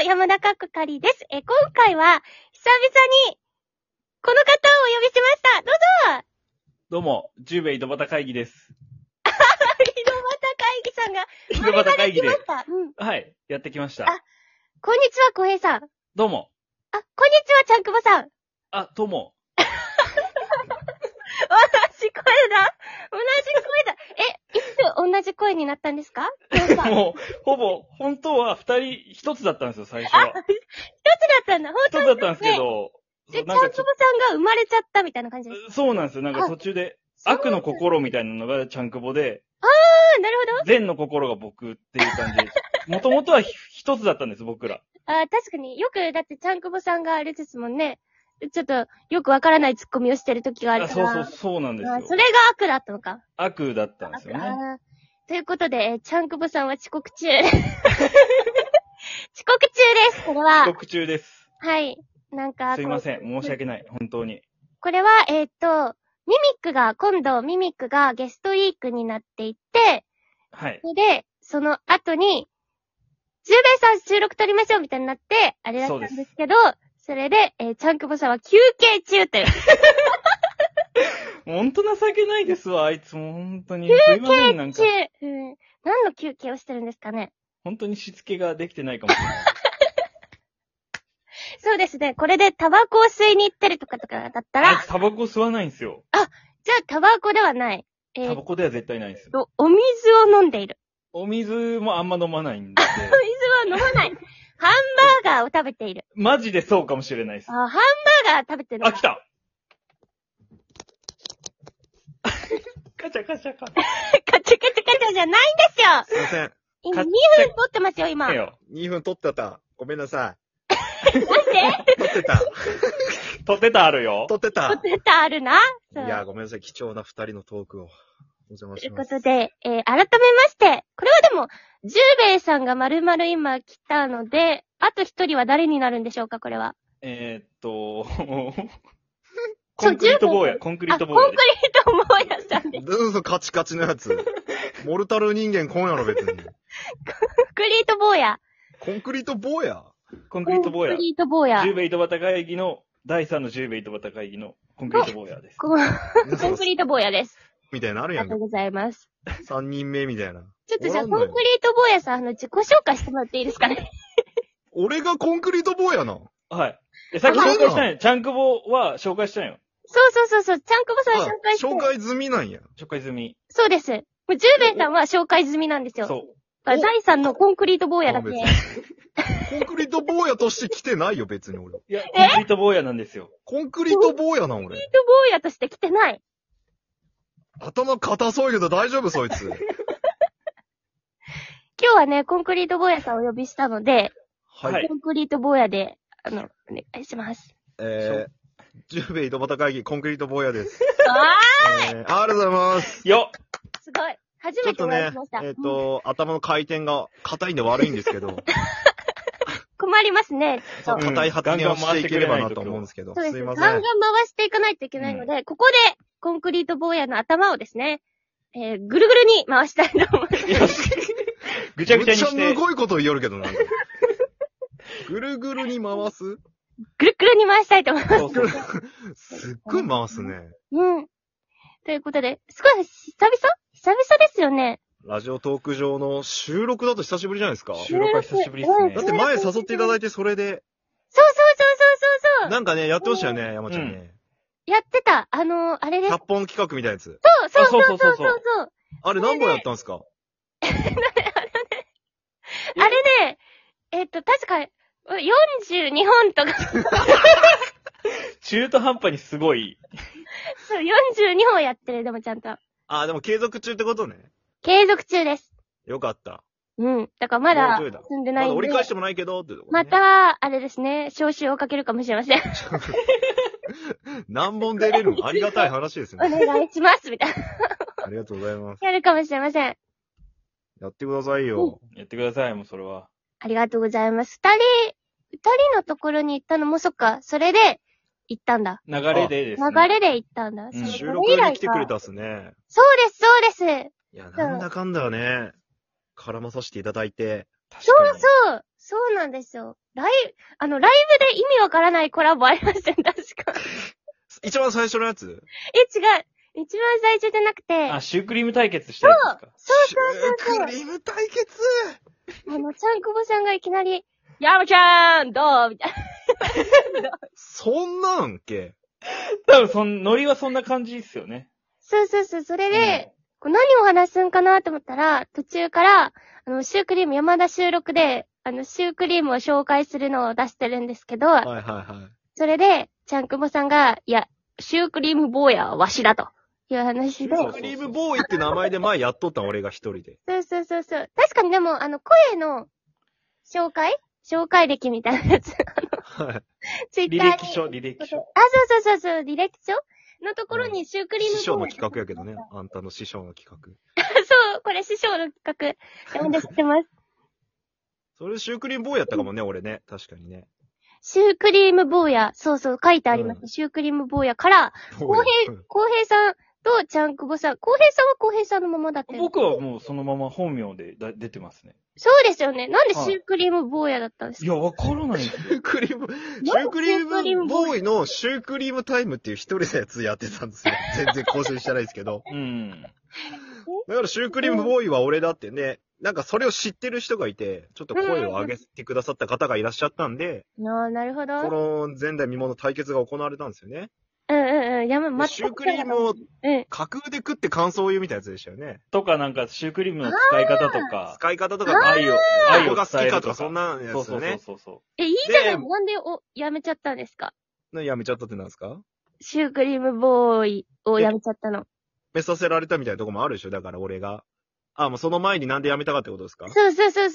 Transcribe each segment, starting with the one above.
山田かっこかりです。今回は、久々に、この方をお呼びしました。どうぞ。 どうも、10名井戸端会議です。 井戸端会議さんが、 井戸端会議で。 はい、 やってきました。 こんにちは、小平さん。 どうも。 こんにちは、ちゃんくぼさん。 どうも。 同じ声だ。いつ同じ声になったんですか？ もう、ほぼ、本当は一つだったんですよ、最初は。 一つだったんだ、 本当に。一つだったんですけど、 ちゃんくぼさんが生まれちゃったみたいな感じですか？ そうなんですよ。なんか途中で、悪の心みたいなのがちゃんくぼで、 なるほど。 善の心が僕っていう感じで。もともとは一つだったんです、僕ら。 確かによく、だってちゃんくぼさんがあれですもんね。ちょっと、よくわからないツッコミをしてる時があるから。 そうなんですよ。 それが悪だったのか。 悪だったんですよね。 ということで、ちゃんくぼさんは遅刻中。遅刻中です、これは。 遅刻中です。 はい。なんか。 すいません、申し訳ない、本当に。 これは、今度ミミックがゲストウィークになっていって、 はい。 で、その後に、10名さん収録撮りましょうみたいになって、あれだったんですけど、それで、ちゃんくぼさんは休憩中という。 ほんと情けないですわ、あいつも本当に。 休すいません、 憩中。何の休憩をしてるんですかね。 本当にしつけができてないかもしれない。 そうですね。これでタバコを吸いに行ってるとかだったら。 あいつタバコ吸わないんですよ。 じゃあタバコではない。 タバコでは絶対ないんですよ。 お水を飲んでいる。 お水もあんま飲まないんで。 お水は飲まない。ハンバーガーを食べている。 マジでそうかもしれないです。 ハンバーガー食べてる。 来たカチャカチャカチャ。 カチャカチャカチャじゃないんですよ。 すいません。 今2分撮ってますよ、今。 2分撮ってた。ごめんなさい。なんで撮ってた。 撮ってたあるよ。 撮ってたあるな。 いや、ごめんなさい。貴重な2人のトークを。お邪魔します。 ということで、改めまして、これはでも、10名さんが丸々今来たので、あと1人は誰になるんでしょうか、これは。 コンクリート坊や。コンクリート坊やさんです。 どうぞカチカチのやつ。モルタル人間今夜の別に。 コンクリート坊や。 コンクリート坊やコンクリート坊や。 コンクリート坊や。 10名井戸端会議の、第3の10名井戸端会議のコンクリート坊やです。 コンクリート坊やです。 みたいなのあるやんか。 ありがとうございます。 3人目みたいな。 ちょっとじゃあ、コンクリート坊やさん、自己紹介してもらっていいですかね。 俺がコンクリート坊やな。 はい。さっき紹介したんや。ちゃんくぼは紹介したんよ。 そう。ちゃんくぼさん紹介して。 紹介済みなんや。 紹介済み。 そうです。10名さんは紹介済みなんですよ。 そう。 第3のコンクリート坊やだけ。 コンクリート坊やとして来てないよ、別に俺。 いや、コンクリート坊やなんですよ。 コンクリート坊やな、俺。コンクリート坊やとして来てない。 頭硬そうやけど大丈夫、そいつ。 今日はね、コンクリート坊やさんをお呼びしたので、 はい。 コンクリート坊やで、お願いします。 10名井戸端会議、コンクリート坊やです。 ありがとうございます。 よっすごい。初めてお会いしました。 頭の回転が硬いんで悪いんですけど。 困りますね。 硬い発言をしていければなと思うんですけど。 そうです。 すいません。 ガンガン回していかないといけないので、ここで、コンクリート坊やの頭をですね、ぐるぐるに回したいと思います。 ぐちゃぐちゃにして。 めっちゃむごいこと言おるけどなんか。ぐるぐるに回すぐるぐるに回したいと思います。 すっごい回すね。 ということで、すごい久々ですよね。 ラジオトーク上の収録だと久しぶりじゃないですか。 収録は久しぶりですね。 だって前誘っていただいてそれで。 そう。 なんかね、やってましたよね、山ちゃんね。 やってた。あれです。 100本企画みたいなやつ。 そう。 あれ何本やったんですか？ あれね、確か、42本とか。 中途半端にすごい。 そう、42本やってる、でもちゃんと。 でも継続中ってことね。 継続中です。 よかった。 だからまだ進んでないんで。 まだ折り返してもないけどってとこ、ね。 また、あれですね、招集をかけるかもしれません。 何本出れるのありがたい話ですね。 お願いします、みたいな。 ありがとうございます。 やるかもしれません。 やってくださいよ。 やってください、もうそれは。 ありがとうございます。二人のところに行ったのも、そっか、それで行ったんだ。 流れでですね。 流れで行ったんだ。 収録に来てくれたっすね。 そうです。 いや、なんだかんだね。絡まさせていただいて。 そうそうそうなんですよ。ライブで意味わからないコラボありましたね、確か。 一番最初のやつ違う。一番最初じゃなくて、 あ、シュークリーム対決したやつですか？ シュークリーム対決ちゃんくぼさんがいきなり、ヤマちゃんどうみたいな。 そんなんっけ多分ノリはそんな感じですよね。 そう。それで、こう何を話すんかなと思ったら、途中から、シュークリーム山田収録で、シュークリームを紹介するのを出してるんですけど、 はい。 それで、ちゃんくぼさんが、いや、シュークリーム坊やはわしだという話で。 シュークリームボーイって名前で前やっとった俺が一人で。 そう。確かにでも、声の紹介歴みたいなやつ。 はい。 ツイッターに。 履歴書。 あ、そう、履歴書のところにシュークリーム師匠の企画。 画やけどね。あんたの師匠の企画。 そう、これ師匠の企画。山田知ってます。 それシュークリームボーイやったかもね、俺ね。確かにね。 シュークリーム坊や。そう、書いてあります。シュークリーム坊やから、 ボーイうん浩平さんとちゃんくぼさん。浩平さんは浩平さんのままだったよね。 僕はもうそのまま本名で出てますね。 そうですよね。なんでシュークリーム坊やだったんですか？ いや、わからないですよ。 シュークリームボーイのシュークリームタイムっていう一人のやつやってたんですよ。全然更新してないですけど。 うん。 だからシュークリームボーイは俺だってね、なんかそれを知ってる人がいて、ちょっと声を上げてくださった方がいらっしゃったんで、 なるほど。 この前代未聞の対決が行われたんですよね。 シシュークリームをうん。 架空で食って感想を言うみたいなやつでしたよね。 とかなんか、シュークリームの使い方とか、 使い方とか愛をが好伝えるきかとかそんなやそうつよね。 そいいじゃない。 でなんでやめちゃったんですか？ やめちゃったってなんですか？ シュークリームボーイをやめちゃったの。 めさせられたみたいなとこもあるでしょ。だから俺が。もうその前になんでやめたかってことですか？ そう。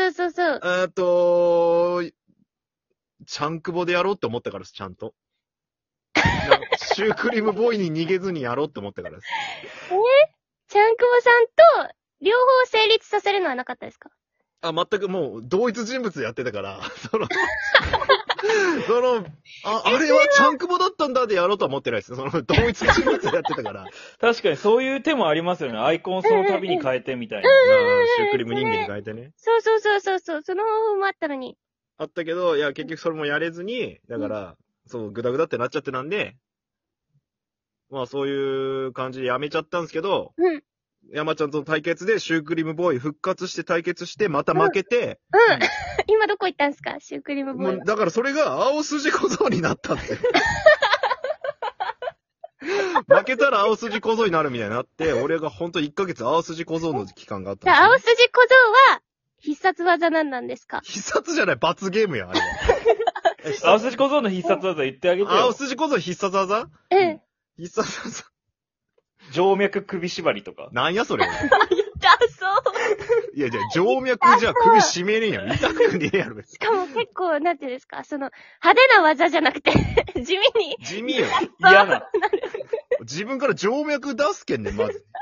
ちゃんくぼでやろうって思ったからです、ちゃんと。シュークリームボーイに逃げずにやろうって思ったからです。 ちゃんくぼさんと、両方成立させるのはなかったですか？ 全くもう、同一人物でやってたから、あれはちゃんくぼだったんだでやろうとは思ってないです。同一人物でやってたから。 確かにそういう手もありますよね。アイコンその度に変えてみたいな。 シュークリーム人間に変えてね。 そう。その方法もあったのに。 あったけど、いや、結局それもやれずに、だから、グダグダってなっちゃってなんで、まあそういう感じでやめちゃったんですけど、山ちゃんとの対決でシュークリームボーイ復活して対決して、また負けて、 今どこ行ったんですか？シュークリームボーイ。 だからそれが青筋小僧になったんですよ。負けたら青筋小僧になるみたいになって、俺がほんと1ヶ月青筋小僧の期間があったんですよ。 青筋小僧は、必殺技なんなんですか？ 必殺じゃない、罰ゲームや、あれは。 青筋小僧の必殺技言ってあげて青よ。 筋小僧必殺技うん。 必殺技静脈首縛りとか。 なんやそれ。 痛そう。 いや、静脈じゃ首締めれんやん。痛くねえやろ、別しかも結構、なんていうんですか、派手な技じゃなくて、地味に。 に。地味よ。 嫌な。 自分から静脈出すけんね、まず。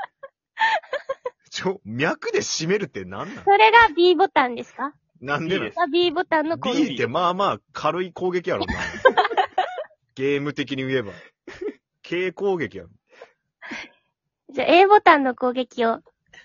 脈で締めるってなんなんそれが B ボタンですか？ なんで B なです。 B ボタンの攻 B 撃。 ってまあまあ軽い攻撃やろな。ゲーム的に言えば。軽攻撃やろ。 じゃあ A ボタンの攻撃を。お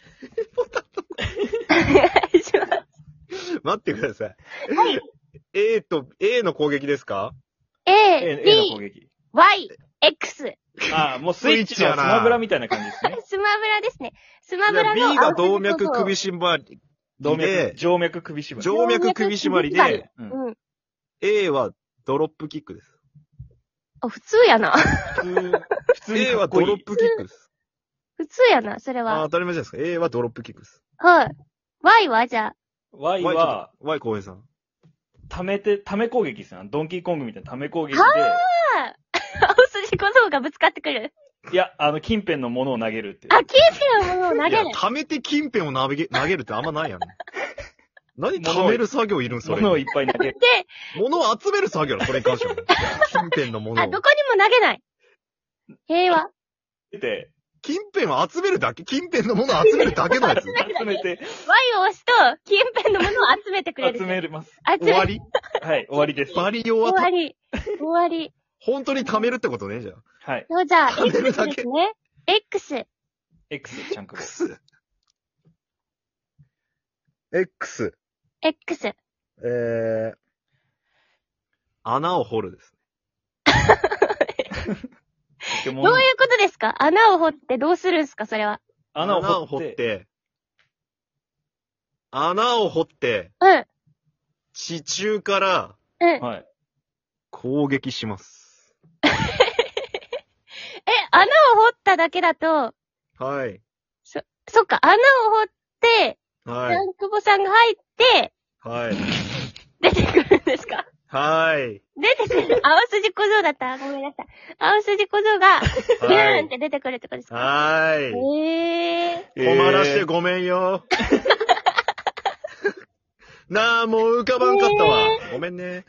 願いします。 待ってください。 はい。 A の攻撃ですか？ A、 A の攻 B、 撃。 Y、X。 もうスイッチのスマブラみたいな感じですね。 スマブラですね。スマいやブラの B が動脈首縛りで、 静脈首縛り。 静脈首縛りで、 うんうん。 A はドロップキックです。 普通やな。 普通に A かっこい。 はドロップキックです。 普通やな、それは。 当たり前じゃないですか。A はドロップキックです。 はい。Y はじゃあ。 Y Y は、 浩平さん。 ため攻撃ですよ。ドンキーコングみたいなため攻撃で、 青筋小僧がぶつかってくる。 いや、近辺のものを投げるっていう。 あ、キーピのものを投げる。 溜めて近辺を投げるってあんまないやん。何溜める作業いるんそれ。 物をいっぱい投げる。 で、 物を集める作業だ、それに関しては。近辺のものを。 どこにも投げない。平和。 で、 近辺を集めるだけ近辺のものを集めるだけのやつ。 集めて、 Y を押すと、近辺のものを集めてくれる。 集めます。 終わりはい、終わりです。 バリ用は終わり。終わり。 本当に貯めるってことね、じゃあ。 はい。 そうじゃあ、 貯める X だけですね。X。 X、チャンクボ。 X。X。 X。 穴を掘るです。 どうどういうことですか？穴を掘ってどうするんすかそれは。 穴を掘って、 穴を掘って、 うん。 地中からうん。 はい。 攻撃します。 穴を掘っただけだと、 はい。 そっか、穴を掘って、 はい。 久保さんが入って、 はい。 出てくるんですか？ はい。 出てくる。青筋小僧だった。ごめんなさい。青筋小僧が、ビューンって出てくるってことですか？ はい。困らしてごめんよ。なあ、もう浮かばんかったわ。ごめんね。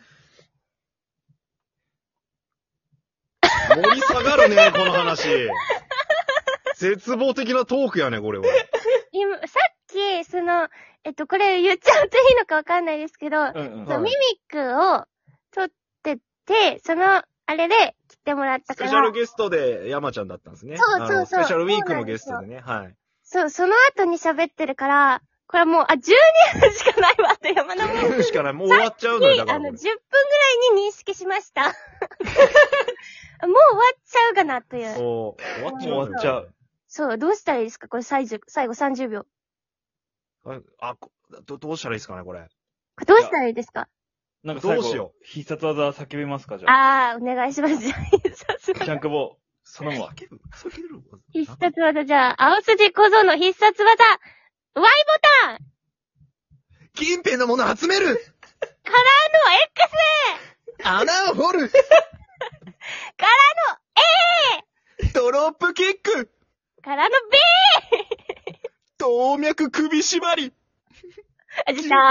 盛り下がるね、この話。絶望的なトークやね、これは。 今、さっき、これ言っちゃうといいのかわかんないですけど、 うんうん。 はいミミックを撮ってて、あれで来てもらったから。 スペシャルゲストで山ちゃんだったんですね。 そうそうそうスペシャルウィークのゲストでね。はい。 そう、その後に喋ってるから、これはもう、12分しかないわと山田も。 しかない。もう終わっちゃうのよ、だからこ 10 れ。 分ぐらいに認識しました。もう終わっちゃうかなという。 そう。終わっちゃうのよ。 終わっちゃう。 そう、どうしたらいいですかこれ最後30秒。 どうしたらいいですかね、これ。 これどうしたらいいですか？ なんか最後どうしよ必殺技叫びますか、じゃあ。 お願いします。じゃあ、さすがジャンクボ、頼むわ。 叫ぶ必殺技じゃあ、青筋小僧の必殺技、Y ボタン近辺のもの集めるからの X! 穴を掘るからドロップキックからの B! 動脈首縛りあ、じゃあ、